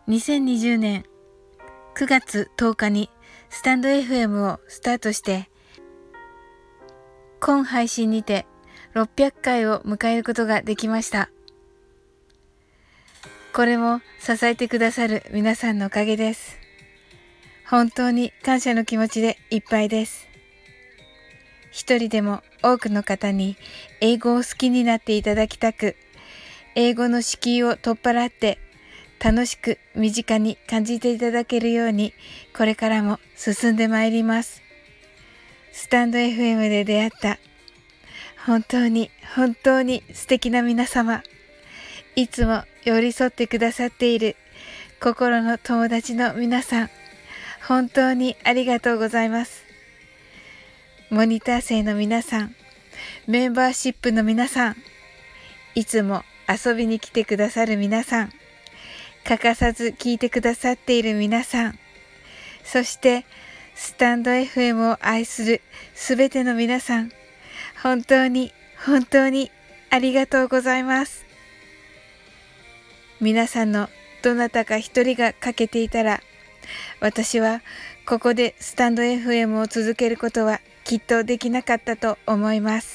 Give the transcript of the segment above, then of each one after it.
2020年9月10日にスタンド FM をスタートして、今配信にて600回を迎えることができました。これも支えてくださる皆さんのおかげです。本当に感謝の気持ちでいっぱいです。一人でも多くの方に英語を好きになっていただきたく、英語の敷居を取っ払って楽しく身近に感じていただけるように、これからも進んでまいります。スタンド FM で出会った本当に素敵な皆様、いつも寄り添ってくださっている心の友達の皆さん、本当にありがとうございます。モニター生の皆さん、メンバーシップの皆さん、いつも遊びに来てくださる皆さん、欠かさず聞いてくださっている皆さん、そしてスタンド FM を愛するすべての皆さん、本当にありがとうございます。皆さんのどなたか一人が欠けていたら、私はここでスタンド FM を続けることはきっとできなかったと思います。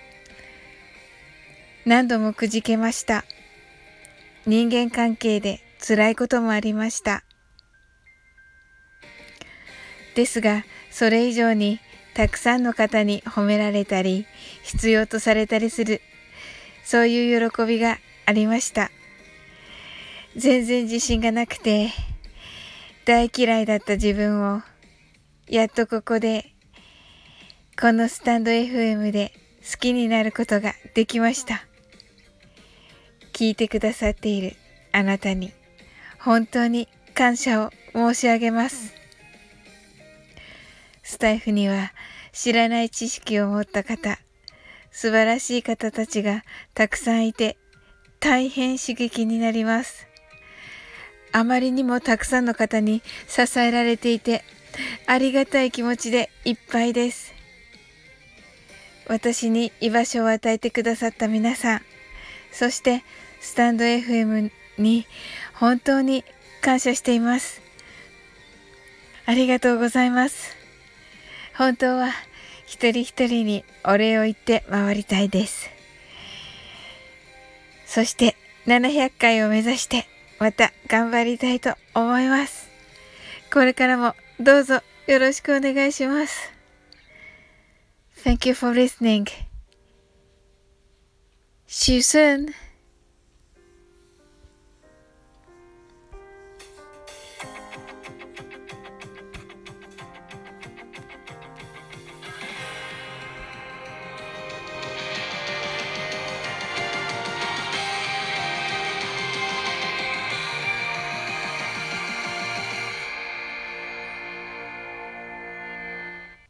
何度もくじけました。人間関係で辛いこともありました。ですが、それ以上にたくさんの方に褒められたり、必要とされたりする、そういう喜びがありました。全然自信がなくて、大嫌いだった自分を、やっとここで、このスタンド FM で好きになることができました。聞いてくださっているあなたに、本当に感謝を申し上げます。スタイフには知らない知識を持った方、素晴らしい方たちがたくさんいて、大変刺激になります。あまりにもたくさんの方に支えられていて、ありがたい気持ちでいっぱいです。私に居場所を与えてくださった皆さん、そしてスタンド FM に本当に感謝しています。ありがとうございます。本当は一人一人にお礼を言って回りたいです。そして700回を目指してまた頑張りたいと思います。これからもどうぞよろしくお願いします。Thank you for listening. See you soon.